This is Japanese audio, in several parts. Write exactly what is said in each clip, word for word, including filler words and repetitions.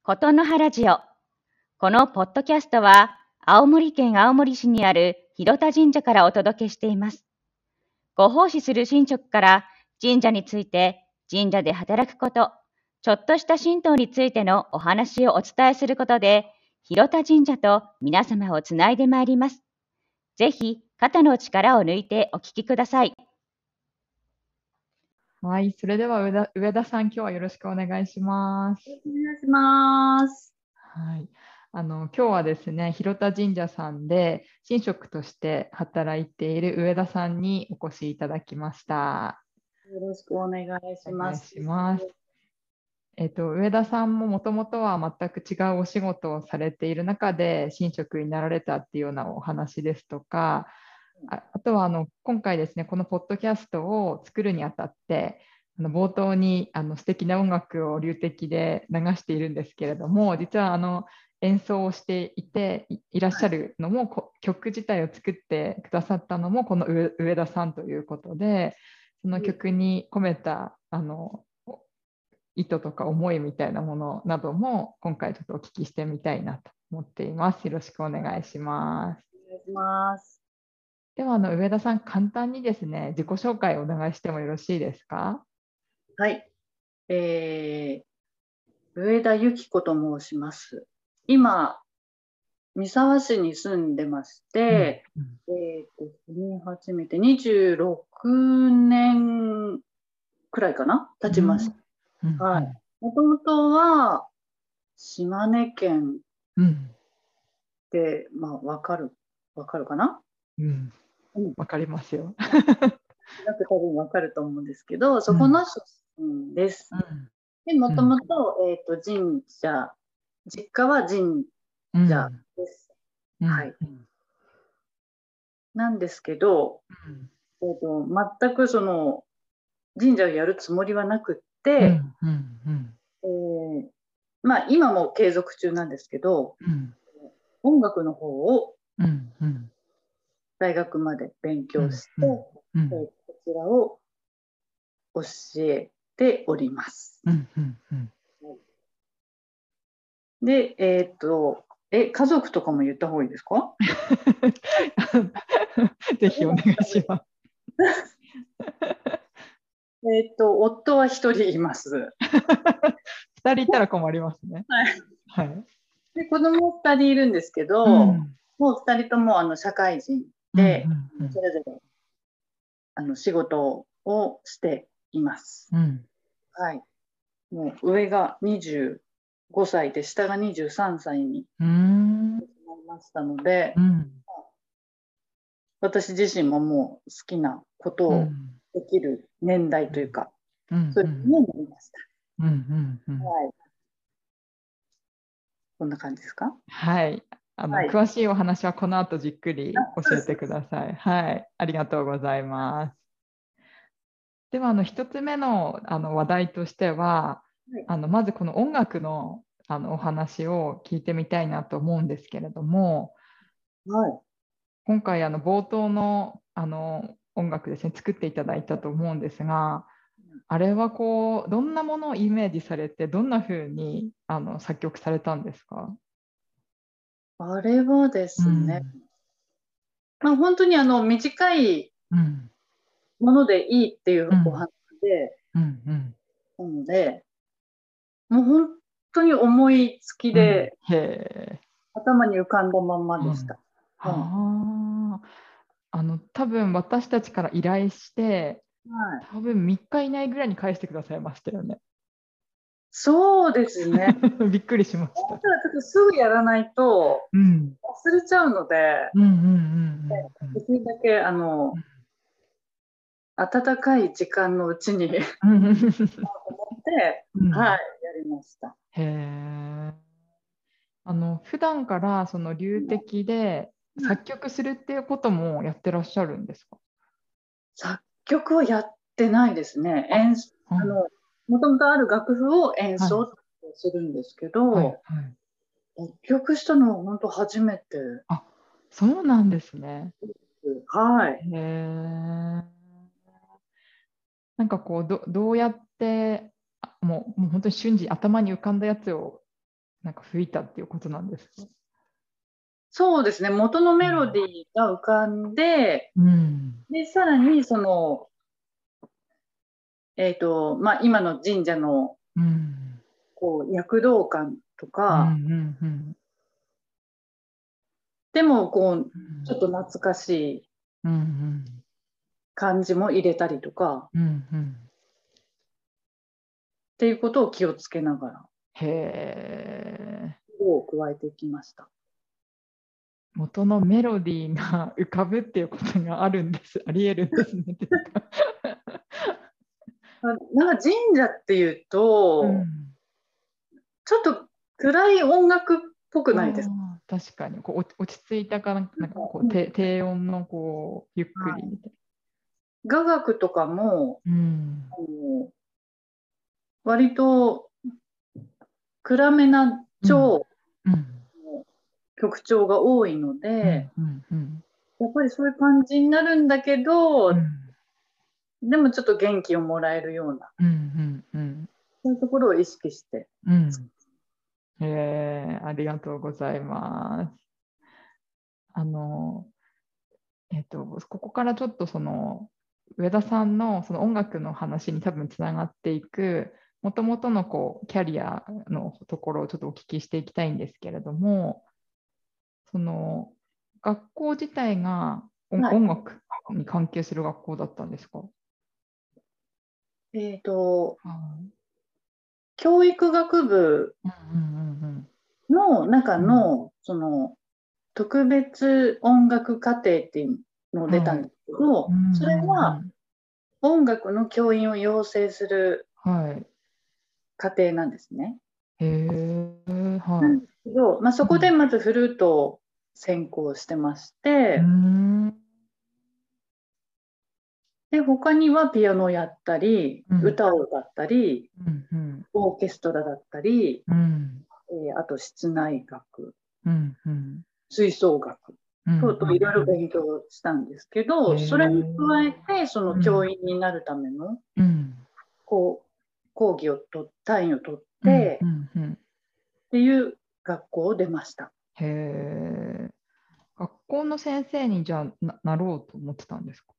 ことのはラジオ。このポッドキャストは、青森県青森市にある広田神社からお届けしています。ご奉仕する神職から神社について、神社で働くこと、ちょっとした神道についてのお話をお伝えすることで、広田神社と皆様をつないでまいります。ぜひ、肩の力を抜いてお聞きください。 はい、それでは上田、上田さん、今日はよろしくお願いします。 お願いします。 はい、あの今日はですね、広田神社さんで神職として働いている上田さんにお越しいただきました。 よろしくお願いしお願います。 します。えっと、上田さんももともとは全く違うお仕事をされている中で神職になられたっていうようなお話ですとか、ああとはあの今回ですね、このポッドキャストを作るにあたって、あの冒頭にあの素敵な音楽を流的で流しているんですけれども、実はあの演奏をしていて い, いらっしゃるのも、こ曲自体を作ってくださったのもこの上上田さんということで、その曲に込めたあの意図とか思いみたいなものなども今回ちょっとお聞きしてみたいなと思っています。よろしくお願いします。 お願いします。 ではあの上田さん、簡単にですね、自己紹介をお願いしてもよろしいですか？ はい、えー、上田由紀子と申します。今、三沢市に住んでまして、 うんえーと、住み始めてにじゅうろくねんくらいかな、経ちました。 うんはい。もともとは島根県うんで、まあ、わかる、わかるかな。 うんうん。 わかりますよ。 なんか多分わかると思うんですけど、そこの出身です。 うんで、もともと、えっと、神社、実家は神うん社です。 うんはい。なんですけど、えっと、全くその神社をやるつもりはなくっうんて、 うんうんえーまあ、今も継続中なんですけど、 うん音楽の方をうんうん大学まで勉強して、 うんえーこちらを教えております。 うんうんうんで、えっと、え、家族とかも言った方がいいですか？ ぜひお願いします。 えっと、夫は一人います。 二人いたら困りますね。 はい。 はい。 で、子供二人いるんですけど、 うんもう二人ともあの社会人うんで、 うんそれぞれあの仕事をしています。 うんはい。もう上がにじゅうごさいで、下がにじゅうさんさいにうんなりましたので、 うん私自身ももう好きなことをうんできる年代というか、 うんそういうふうになりました。 うんうんうんはい。こんな感じですか？ はい。あの、 はい。 詳しいお話はこの後じっくりあ、そうです。 教えてください。はい。ありがとうございます。では、あの、一つ目の、あの話題としては、 はい。 あの、まずこの音楽の、あのお話を聞いてみたいなと思うんですけれども、 はい。 今回、あの、冒頭の、あの、音楽ですね、作っていただいたと思うんですが、あれはこう、どんなものをイメージされて、どんな風にあの作曲されたんですか？ あれはでうすね、 んまあ、本当にあの短いうんものでいいっていううんお話で、 うんうんなので、もう本当に思いつきうん、 でへえ、 頭に浮かんだまんまうん、 でした。うん。 ああ、あの多分私たちから依頼して、 はい。 多分みっか以内ぐらいに返してくださいましたよね。 そうですね。 びっくりしました。 本当はちょっとすぐやらないとうん忘れちゃうので、 うんうんうんうんできるだけあの温かい時間のうちにうんうん思って、 うん、 はい、やりました。 へえ。あの普段からその流的で作曲するっていうこともやってらっしゃるんですか？ 作曲はやってないですね。 あ、 演うん、 あの、もともとある楽譜を演はい奏するんですけはいど、 はい。 作曲したのは本当初めてあ、そうなんですね。 です。はい。 へえ。なんかこうど、どうやって、あもう、もう本当に瞬時、頭に浮かんだやつをなんか吹いたっていうことなんですか？ そうですね、元のメロディーが浮かんで、 うん。 で、さらにその、えっと、まあ、今の神社のうん。 こう躍動感とうん。うか、 ん。うん。 でもこう、 うん。 ちょっと懐かしいうん。 感じも入れたりとか、 うん。うん。 っていうことを気をつけながら、 へえ。 を加えていきました。 元のメロディーが浮かぶっていうことがあるんです。ありえるんですね。っていうかあなんか神社っていうと、 うん。 ちょっと暗い音楽っぽくないですか？ ああ、確かにこう落落ち着いたかな、なんかこううん低、低音のこうゆっくはい、 りみたい雅楽とかも、 な。うん。 あの割と暗めなうん。 調うん。 の曲調が多いのうん。 で、 うん。うん。 やっぱりそういう感じになるんだけど、 うん。 でもちょっと元気をもらえるような、 うん。うん。 そういうところを意識して。 うん。えー、ありがとうございます。あの、えっと、ここからちょっとその上田さんのその音楽の話に多分つながっていく、もともとのこうキャリアのところをちょっとお聞きしていきたいんですけれども、その学校自体が音はい。 音楽に関係する学校だったんですか？ えっと、 はい。 教育学部うんの中うんうんうん。 の、その、特別音楽課程っていうのを出たはい。 んですけど、 うんうんそれはうん。 音楽の教員を養成するはい。 課程なんですね。 へえ、 なんではい。 すけど、まあ、そこでうん。 まずフルートを専攻してましうーて、 ん。 で、他にはピアノをやったり、 うん。 歌を歌ったり、 うんうん。 オーケストラだったり、 うん。 えーあと室内楽、 うんうん。 吹奏楽うん等々いろいろうん勉強したんですけうん。へど、それに加ええ。 て、その教うん。 員になるための、 うん。 こう、講義をと、単位を取っうんうて、 んうん。 っていう学校を出ました。 へえ。学校の先生にじゃあな、なろうと思ってたんですか？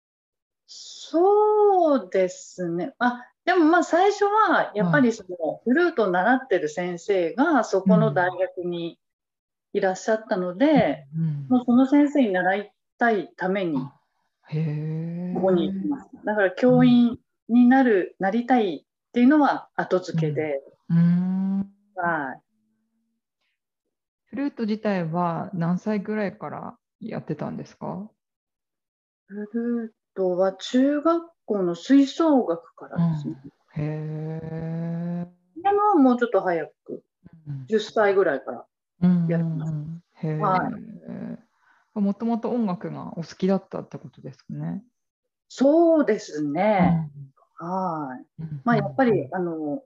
そうですね。あ、でもまあ最初は、やっぱはりそのフルートを習ってる先生がそい。うこの大ん。 学にいらっしゃったのうで、もん。 うその先生に習いたいために、 あ、へここに行きえ。 ました。だからうん。 教員になる、なりたいっていうのは後付けで、 うん。うーん。 はい。 フルート自体は何歳ぐらいからやってたんですか？ フルートは中学校の吹奏楽からうん。 ですね。 へえ。 ピアノはもうちょっと早く、 うん。 じゅっさいぐらいからうんうやりましんうん。へた。はい。 え。もともと音楽がお好きだったってことですね。 そうですね。 うん。 はい。 うんまあ、やっぱり、 うんあの、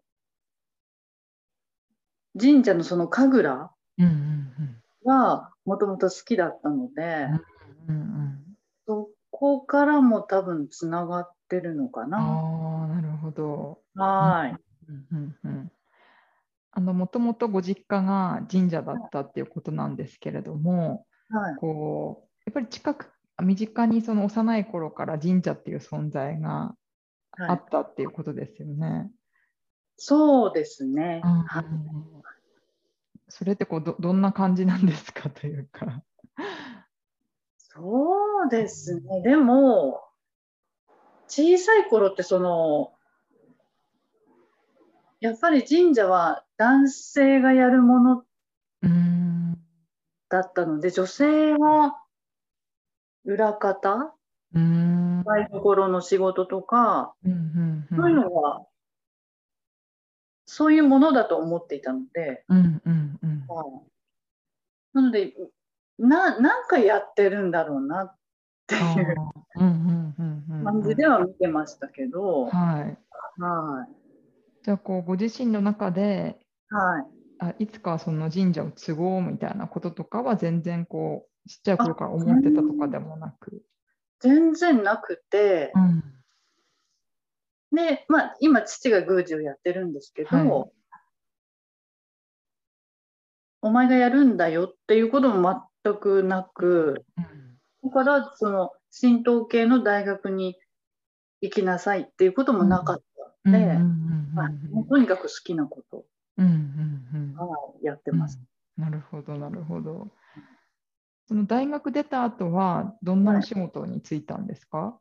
神社のその神楽うんうんがもともと好きだったので、 うんうんうんそこからも多分つながってるのかうん。 な。 ああ、なるほど。うんはい。 うんうんうん。あの、もともとご実家が神社だったっていうことなんですけれども、 はい。 こう、やっぱり近く、身近にその幼い頃から神社っていう存在がはい。 あったっていうことですよね。 そうですね。 うんうんはい。 うん。それってこうど、どんな感じなんですかというか。 そうですね。でも、小さい頃ってその、やっぱり神社は男性がやるものうーん。 だったので、女性は裏方、 うーん。 台所の仕事とか、 うんうんうそういうん。 のは、そういうものだと思っていたので、 うんうんうん。 はい、なので、な、なんかやってるんだろうなってあいうあ。うんうんうんうんうん。 感じでは見てましたけど、 はい。 はい。 じゃあ、こう、ご自身の中で、 はい。 あ、いつかその神社を継ごうみたいなこととかは全然こう、ちっちゃい頃あ、 から思ってたとか全でもなく。 全然なくて、 うん。 で、まあ、今、父が宮司をやってるんですけはい。 ど、 お前がやるんだよっていうことも全くなく、 うんだからその神道系の大学に行きなさいっていうこともなかったので、 うんうんうんはいうんもうとにかく好きなことうんうんをやってうんます。 なるほど、なるほど。その大学出た後は、どんなお仕事に就いたんですか？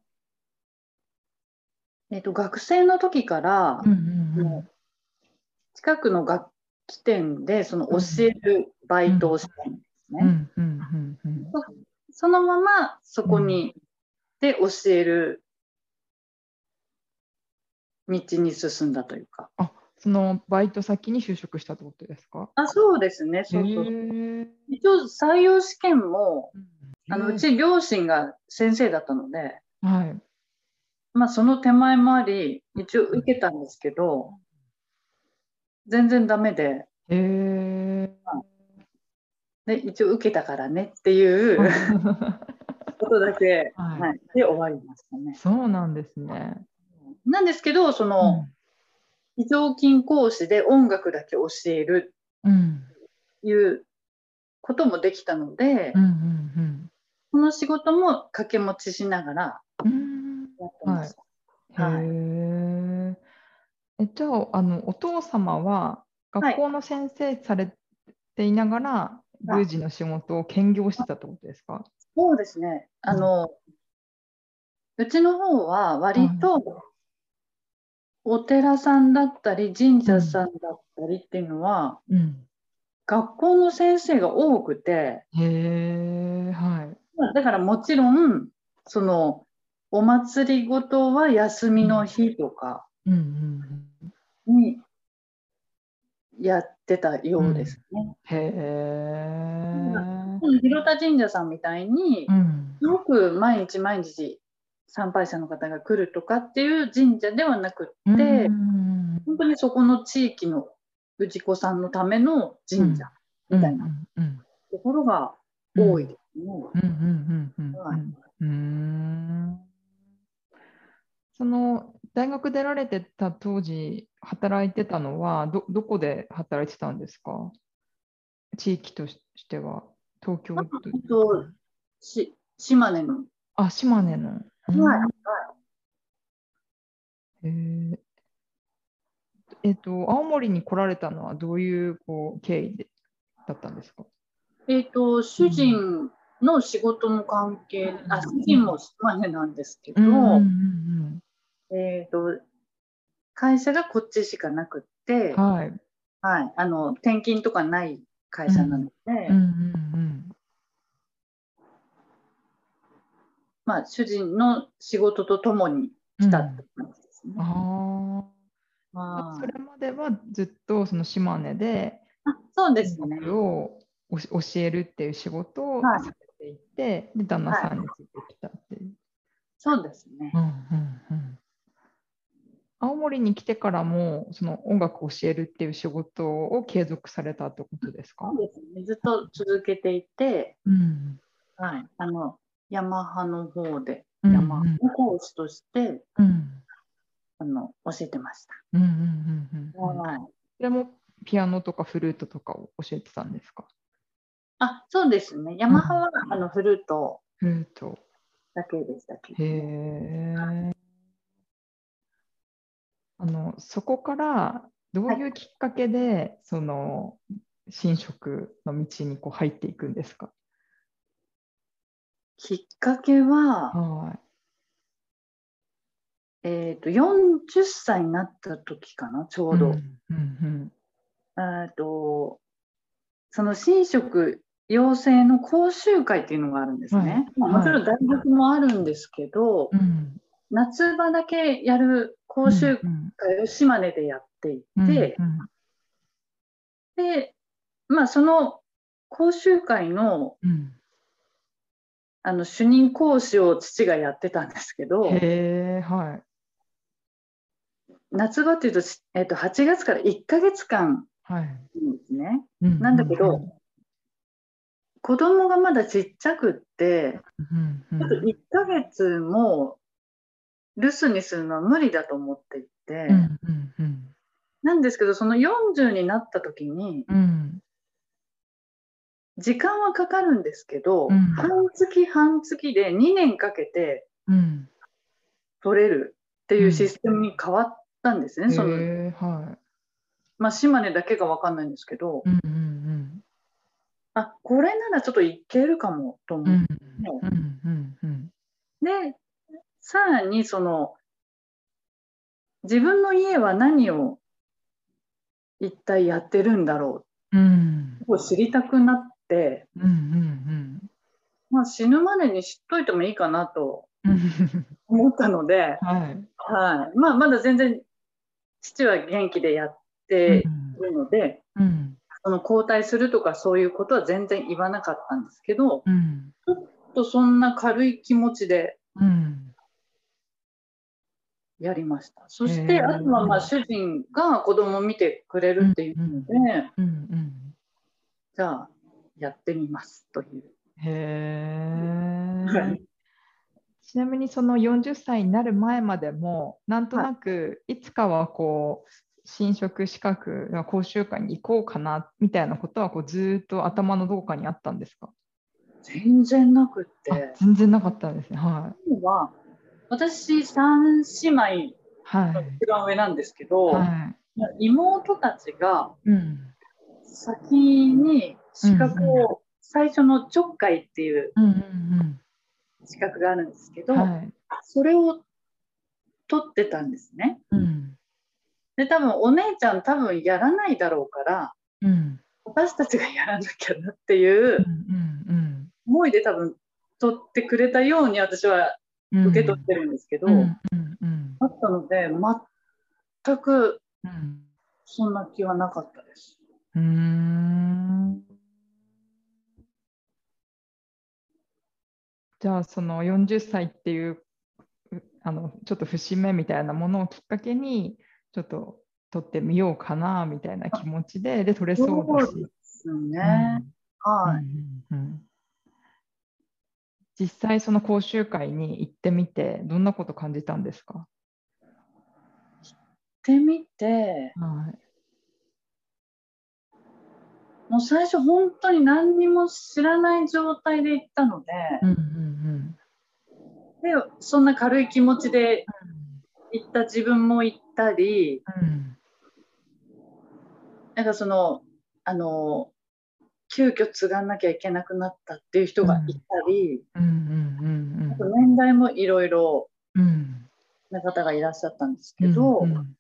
えっと、学生の時から、 うんうん近くの楽器店でそのうん教えるバイトをしたんですね。 うんうんうんうんそそのままそこにで教える道に進んだというか。 あ、そのバイト先に就職したってことですか？ あ、そうですね。 へそうそう。 え。 一応採用試験も、あのうへち両親が先生だったので、 えはい。 まあその手前もあり、一応受けたんですけど、全然ダメで、 へえ。 で、一応受けたからねっていうことだけ、 はい。 はい、で終わりましたね。 そうなんですね。 なんですけど、その、 うん非常勤講師で音楽だけ教えるうんということもできたので、 うんうんこの仕事も掛け持ちしながらうんやってうんはい。 ました。 へはい。 え。え、じゃあ、あの、お父様ははい。 学校の先生されていながら、宮あ、 司の仕事を兼業してたってことですか？ そうですね。あうんの、うちの方は割はとお寺さんだったり神い。うん。 社さんだったりっていうのはうん。 学校の先生が多くて、 へえ、はい。 だからもちろん、その、お祭りごとは休みの日とかうんうんにやってたうん。 ようですうん。 ね。 へえ。 うん広田神社さんみたいに、 うん。 すごく毎日毎日参拝者の方が来るとかっていう神社ではなくっうん。うて、 ん。 本当にそこの地域の氏子さんのための神社うん。 みたいなうん。 ところがうん。 多いですね。 うん。うん。うん。 はい、 うん。うん。その大学出られてた当時、働いてたのはど、どこで働いてたんですか？地域としては、東京と。 あとし島根の、 あ、島根の。うはい、 ん。えーえっと、青森に来られたのはどういうこう経緯でだったんですか？ えっ、と、主うん人の仕事の関係、あ、主うん人も島根なんですけうんうんうど、 んえっ、と、会社がこっちしかなくって、 はい。 はい、あの、転勤とかない会うん社なので、 うんうんまあ、主人の仕事とともにうん。 来たってうん。 感じですね。 ああ。そはい。 れまではずっとその島根であ、そうで音すね。 楽をおし教えるっていう仕事をはい。 されていて、で、旦那はい。 さんについてきたっていう。 そうですね。 うんうんうん。青森に来てからも、その音楽を教えるっていう仕事を継続されたってことですか？ そうですね。ずっと続けていて、 うんはい。あの、ヤマハの方で、 うんうヤマハんの講師として、 うんあの、教えてましうんうんうんた。 うんうん。 はい。 それもピアノとかフルートとかを教えてたんですか？ あ、そうですね。ヤうん、 マハは、あの、フルートフルート。 だけでしたけへども。 え。あの、そこからどうはい。 いうきっかけで、その、神職の道にこう入っていくんですか？ きっかけは、 はえっと、よんじゅっさいになった時かな、ちょい。ううど。 ん、うん、 えっと、その神職養成の講習会っていうのがあるんでうん。はい、 すね。まあもちはい。 ろん大学もあるんですけど、 うん、 夏場だけやる講うん、 習うん、 会を島根でやっていうん、 て、 うん、 で、まあその講習会の、 うん。 あの主任講師を父がやってたんですけど、 へえ、はい、 夏場っていうと、えっと、はちがつからいっかげつかんはい。 なんですね。 うん、 なんだけうん、 ど、子供がまだちっちゃくって、 うん、うちょっとん、 いっかげつも留守にするのは無理だと思っていて、 うん、うん、うん、 なんですけど、そのよんじゅうになった時に、 うん、 時間はかかるんですけど、 うん半月半月でにねんかけてうん取れるっていうシステムに変わったんですね。 へそのえ、はまあ、島根だけが分かんないんですけど、 い。うんうんあ、これならちょっといけるかもと思って、 うんうんうんうんで、さらにその自分の家は何を一体やってるんだろうんうを知りたくなって、 うんうんまあ、死ぬまでに知っといてもいいかなとうん思ったので、 はいはいまあ、まだ全然父は元気でやっうてんいるので、 うんその交代するとかそういうことは全然言わなかったんですけど、 うんちょっとそんな軽い気持ちでうんやりました。そへして、あとはまあえ主人が子供を見てくれるっていうので、 うんうんじゃあやってみますという。 へえ。 はい。 ちなみにそのよんじゅっさいになる前までも、なんとはいなくいつかはこう、神職資格や講習会に行こうかなみたいなことはこうずーっと頭のどこかにあったんですか？ 全然なくっあ、 て、 全然なかったんですね。はい。 今は私さん姉妹のはい。 一番上なんですけど、 は妹たちがい。うん。 先に資うんうん格を、最初のちょっかいっていううんうん資格があるんですけうん。 ど、 はい。 それを取ってたんですね。 うん。 で、多分お姉ちゃん多分やらないだろうから、 うん私たちがやらなきゃなっていううん思いで多分取ってくれたように私はうん受け取ってるんですけど、 うんうんうんだったので全くうんそんな気はなかったです。 うーん。じゃあそのよんじゅっさいっていううあのちょっと節目みたいなものをきっかけにちょっと取ってみようかなみたいな気持ちで、で取れそうだそうでし、 すね。 うんうんうはい。 んうん、実際その講習会に行ってみてどんなこと感じたんですか？ ってみて、 はもう最初本当に何にも知らない状態で行ったので、 い。うんうんで、そんな軽い気持ちで行った自分も行ったり、 うんなんかその、あの、急遽継がなきゃいけなくなったっていう人うんがいたり、 うんうんあと年代もいろいろうんうんな方がいらっしゃったんですうんうけど、 ん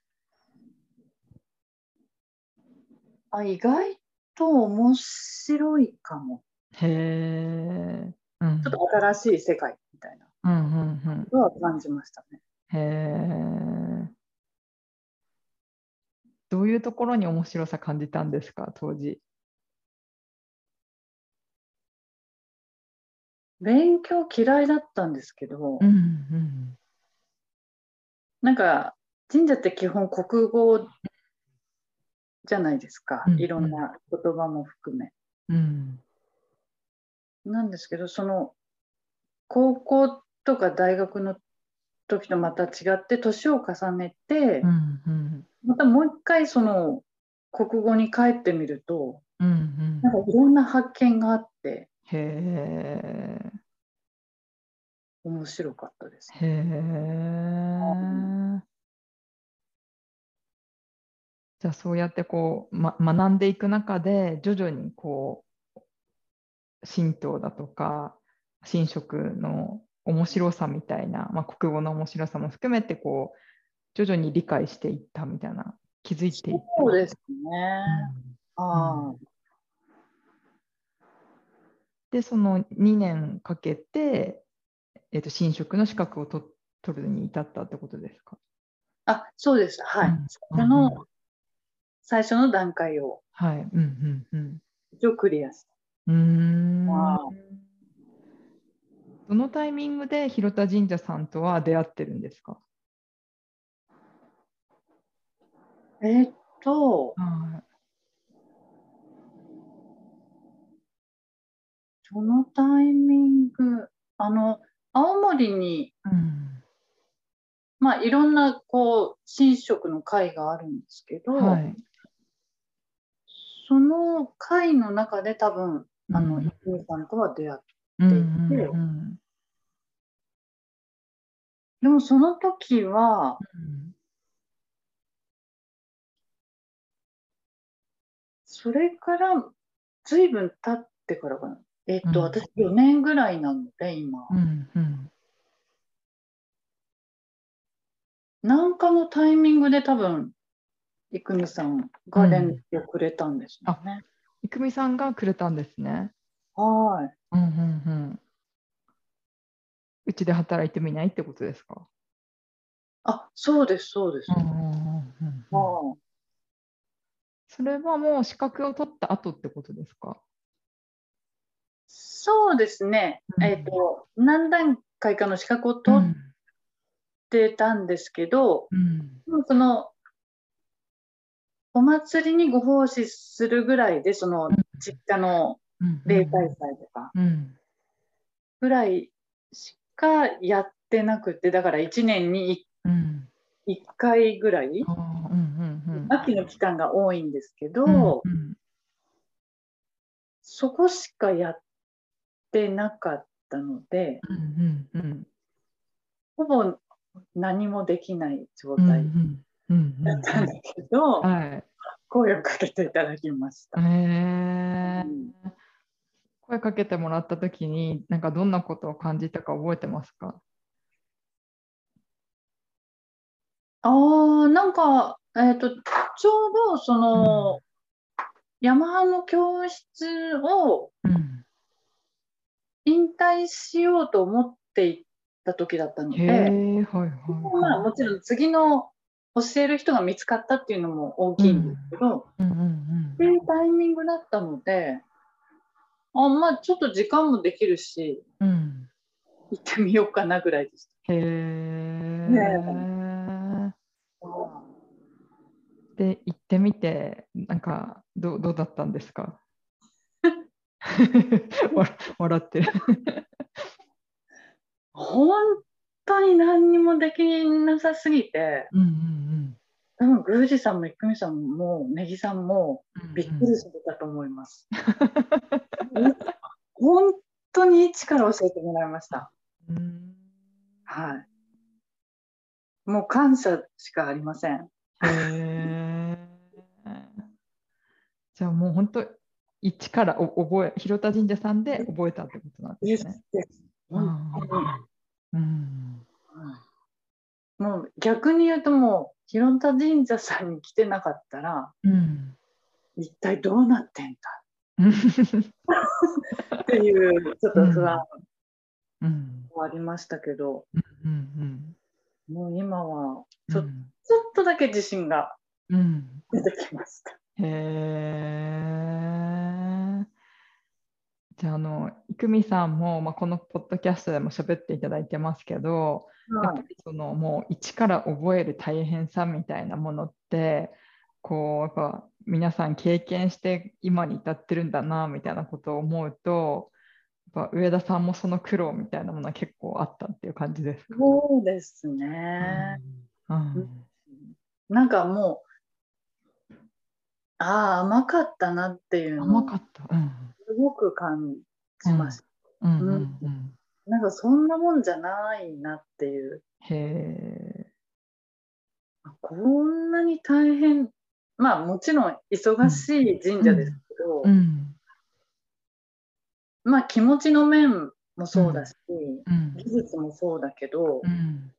あ、意外と面白いかも。 へえ。うんちょっと新しい世界みたいなうんうんうんことは感じましたね。 へえ。どういうところに面白さ感じたんですか、当時？ 勉強嫌いだったんですけど、 うんうんなんか神社って基本国語じゃないですか。 うんいろんな言葉も含め。 うんなんですけど、その高校とか大学の時とまた違って年を重ねて、 うんうんまたもう一回その国語に帰ってみると、 うんうんなんかいろんな発見があってへえ。 面白かったですへね。 え。じゃあそうやってこう、ま、学んでいく中で徐々にこう神道だとか神職の面白さみたいな、まあ、国語の面白さも含めてこう徐々に理解していったみたいな、気づいていったみたいそうですね。 な。うんうああ、 ん、でそのにねんかけて、えっと神職の資格を取取るに至ったってことですか？ あ、そうです。はい。 うん最初の、最初の段階をはい。うんうんうん。 一応クリアしうーん。 た。 どのタイミングで広田神社さんとは出会ってるんですか？ えーっと、 はそのタイミング、あの、青森に、 い。うん。 まあ、いろんな、こう、神職の会があるんですけど、 はい。 その会の中で多分、 あの、 うん郁美さんとは出会っうんていて、 うんでもその時は、 うんそれから随分経ってからかな。えっと、 うん私よねんぐらいなので、今。 うんうんなんかのタイミングで多分、郁美さんが連絡をくれたんですよね。 郁美さんがくれたんですね。 はい。 うんうんうん。うちで働いてみないってことですか？ あ、そうです、そうです。 うんうんうんうんうん。 はい。 それはもう資格を取った後ってことですか？ そうですね。 うんえっと、何段階かの資格をう取っんてたんですけど、 うんでもその、お祭りにご奉仕するぐらいで、その、実家のうん例大祭とかうんぐらいしかやってなくて、だからいちねんにうんいっかいぐらい、 あーうんうん秋の期間が多いんですけうんど、 うんそこしかやってなかったので、 うんうんほぼ何もできない状うんう態んうんうだったんだんうんけど、 はい声をかけていただきましへた。 えうん、 声かけてもらった時になんかどんなことを感じたか覚えてますか？ ああ、なんか、えっと、ちょうどそうんの、ヤマハの教室をうん引退しようと思っていた時だったのへで、 えはいはいまあはもちろん次の教える人が見つかったっていうのも大い。うんきいんですけど、 うんうんっていうタイミングだったので、あ、まあちょっと時間もできるし、 うんうん行ってみようかなぐらいでしへた。ねえ。 え。 で、行ってみて、なんかどう、どうだったんですか？わ笑ってる。 本当に何にもできなさすぎて、 うんうん多分宮司さんも郁美さんもネギさんもうん。 びっくうんうんりされたと思います。本当に一から教えてもらいました。 うんはい。もう感謝しかありません。 へえ。じゃあもう本当、一からお覚え、広田神社さんで覚えたってことなんでですすね。 です。本当に。 うんうんはい、もう逆に言うともう広田神社さんに来てなかったらうん一体どうなってんだうんっていうちょっと不安うんもありましたけど、 うんもう今はちょ、ちょっうんとだけ自信がうん出てきました。 へえ。じゃあ、あの、郁美さんも、まあ、このポッドキャストでも喋っていただいてますけど、やっぱはい。 りそのもう一から覚える大変さみたいなものって、こう、やっぱ皆さん経験して今に至ってるんだな、みたいなことを思うと、やっぱ上田さんもその苦労みたいなものは結構あったっていう感じですか？ そうですうね。 んうんなんかもう、ああ、甘かったなっていうのを甘かった。うんすごく感うんじました。 うんううん。 んうんなんかそんなもんじゃないなっていう。 へえ。 こんなに大変。まあもちろんうん忙しい神社ですうんけど、 うんまあ気持ちの面もうんそうだし、 うん技術もそうだけど、 うん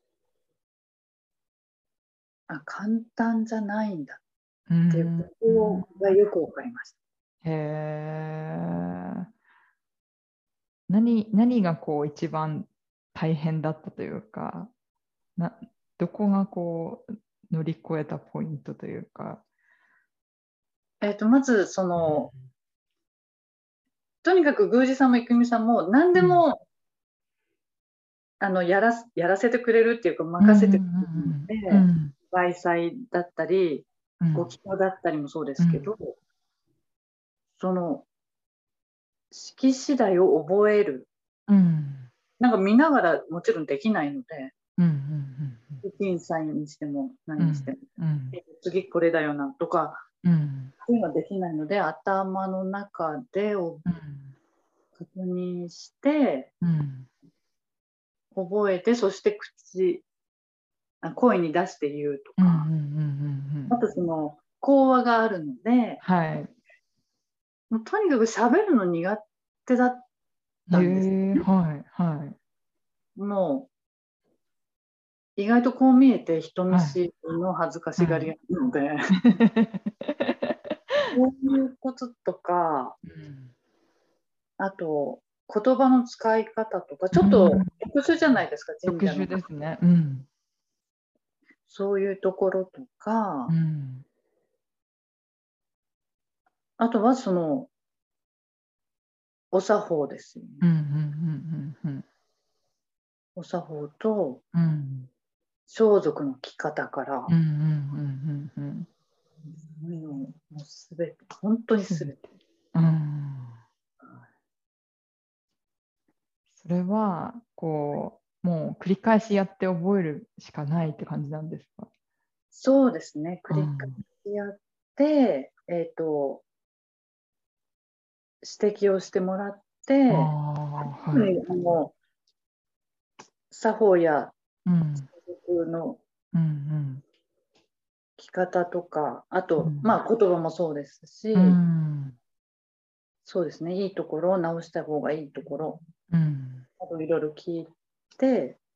あ、簡単じゃないんだうっていうんことがよくわかりました。 へえ。何、何がこう一番大変だったというか、な、どこがこう乗り越えたポイントというか。 えっと、まずその、とにかく宮司さんも郁美さんも何でうんも、あのやらやらせてくれるっていうかうんうん任せてくれるのうんうで、 ん媒祭だったり、 うんご祈祷だったりもそうでうんすけど、その式次第を覚える。 うんなんか見ながらもちろんできないので、 うんうん審査員にしてもうん何にしても、 うん次これだよなとか、 うんそういうのはできないので、頭の中でおうん確認して、 うん覚えて、そして口、あ声に出して言うとうんうんうんか、 うんうん。 あとその、講話があるので、 はい。 もうとにかく喋るの苦手だったんですへえ、 ね。 はいはいもう、意外とこう見えて人見はい知りの恥ずかしがりはい。 屋なので、そういうこととか、 うんあと、言葉の使い方とか、ちょっとうん特殊じゃないですか、神特殊社の。 ですね。うん。 そういうところとうか、 ん。 あとはその、お作法ですようん。うね。 ん。うん。 お作法と、 うん。うん。 装束の着方から、 うん。うん。うん。うん。 そういうのもうすべて、本当にすべて。 すべて。うん。それは、こう、もう繰り返しやって覚えるしかないって感じなんですか？ そうですね、繰り返うん。 しやって、えっと、指摘をしてもらっあて、 あ、はい。 特にあの作法やうん。 装束のうん。 着方とか、あと、 うん。 まあ言葉もそうですうし、 ん。 そうですね、いいところ、直した方がいいところ、 うん。 あといろいろ聞いて、 うん。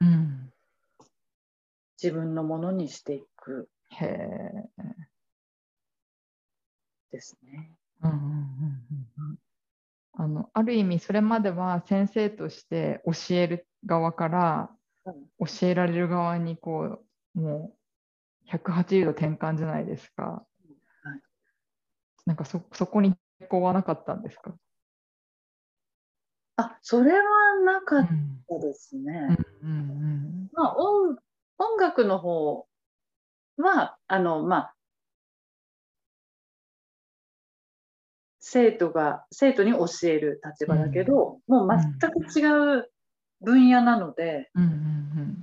自分のものにしていくへえ。 ですね。 うん。うん。うん。うん。あの、ある意味それまでは先生として教える側からはい、 教えられる側にこう、もうひゃくはちじゅうど転換じゃないですか。 はい、 なんかそ、そこに抵抗はなかったんですか？ あ、それはなかっうん。 たですうんね。 うんまあ、音、音楽の方は、あの、まあ、生徒が、生徒に教える立うん。 場だけど、もううん全く違う分野なので、 うんうん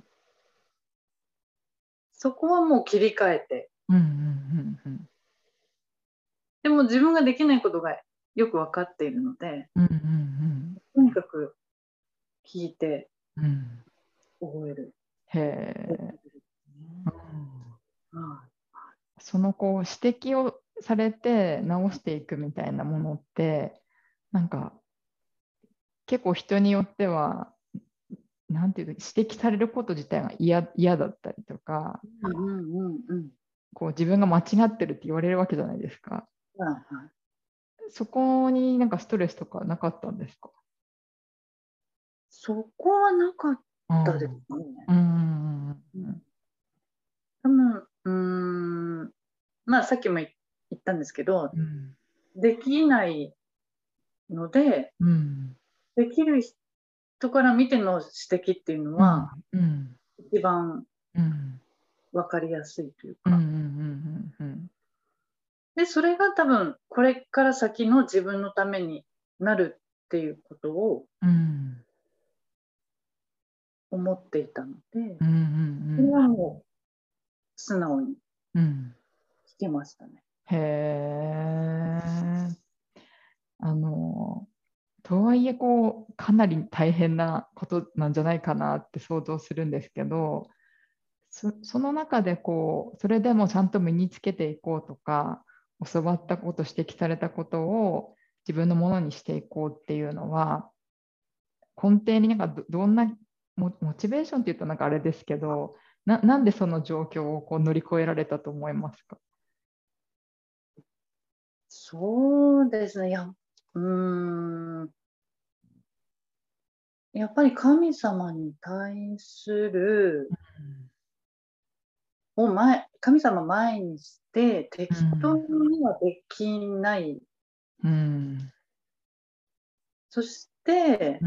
そこはもう切り替えて、 うんうんうんうんでも自分ができないことがよく分かっているので、 うんうんとにかく聞いてうんうん。 覚える。 へえ。うん。 はそのこう指摘をされて直していくみたいなものってなんか結構人によってはなんていうか指摘されること自体が嫌、嫌だったりとかい。うんうんうんうん。 こう自分が間違ってるって言われるわけじゃないですか。 はいはい。 そこになんかストレスとかなかったんですか？ そこはなかったですうんね。 うんうんうん、多分、うーん、まあさっきも言ったんですけど、 うんできないので、 うんできる人から見ての指摘っていうのうんは、 うん一番うんわかりやすいというか。 うんうんうんうんで、それが多分、これから先の自分のためになるっていうことをうん思っていたので、 うんうんうそれんはもう素直にうん。 聞けましたね。 へえ。あの、とはいえ、こう、かなり大変なことなんじゃないかなって想像するんですけど、そ、その中でこう、それでもちゃんと身につけていこうとか、教わったこと、指摘されたことを自分のものにしていこうっていうのは、根底になんかど、どんなモ、モチベーションって言うとなんかあれですけど、な、なんでその状況をこう乗り越えられたと思いますか？ そうですね。いや、うーん。やっぱり神様に対する、を前、神様前にしてう適当ん。 にはできない。 うん。 そして、 うん。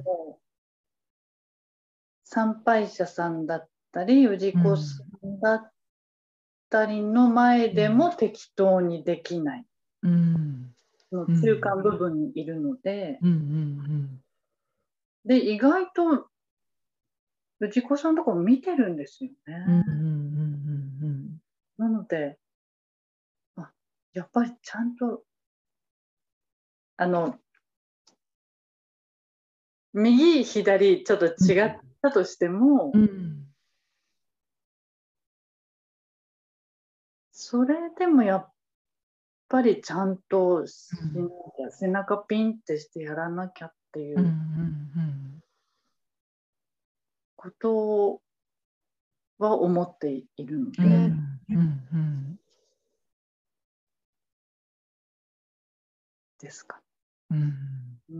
その参拝者さんだったり、氏子さうん。 んだったりの前うん。 でも適当にできない。 うん。 そのうん。 中間部分にいるので、 うん。 で、意外と氏子さんとかも見てるんですようん。うん。うね。 ん。 なので、あ、やっぱりちゃんと、あの、 右左ちょっと違ったとしても、 うん、 それでもやっぱりちゃんとしなきゃ、背中ピンってしてやらなきゃっていうん、うん、ううん、 ことは思っているので、 うん、うん、うん、 ですか。 うん、 うん。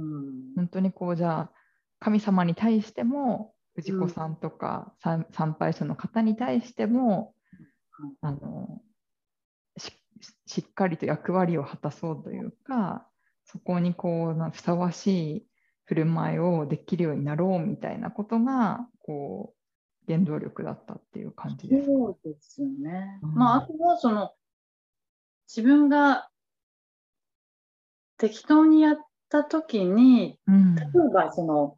本当にこう、じゃあ、神様に対しても、氏うん。 子さんとか参参拝者の方に対しても、あのし、しっかりと役割を果たそうというか、そこにこうなふさわしい振る舞いをできるようになろうみたいなことがこう原動力だったっていう感じですか。 そうですよね。 うんまあ、あとはその自分が適当にやったときに、 うん例えばその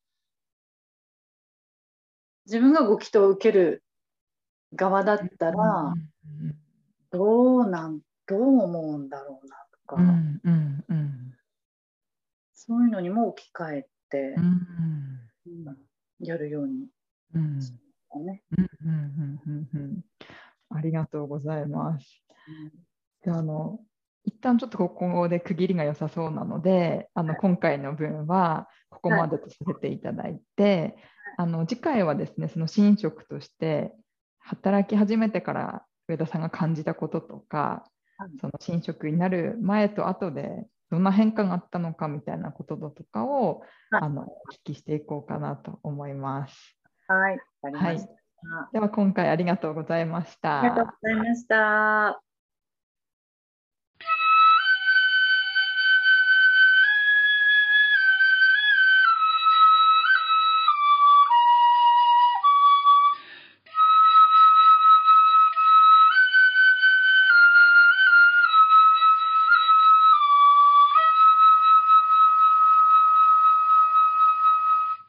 自分がご祈祷を受ける側だったうら、 んどうなん、どう思うんだろうなとか、 うんうんうんそういうのにも置き換えて、 うんうんやるようにうんしましたね。 うんうんうんうんありがとうございます。 うんじゃあ、あの、一旦ちょっとここで区切りが良さそうなので、あの、今回の分はここはい。 までとさせていただいて、あの、次回はですね、その神職として働き始めてから上田さんが感じたこととか、その神職になる前と後でどんな変化があったのかみたいなこととかを、 はい。 あの、お聞きしていこうかなと思います。 はい。わかりはい。 ました。あでは今回ありがとうございましりがとうた。 ございました。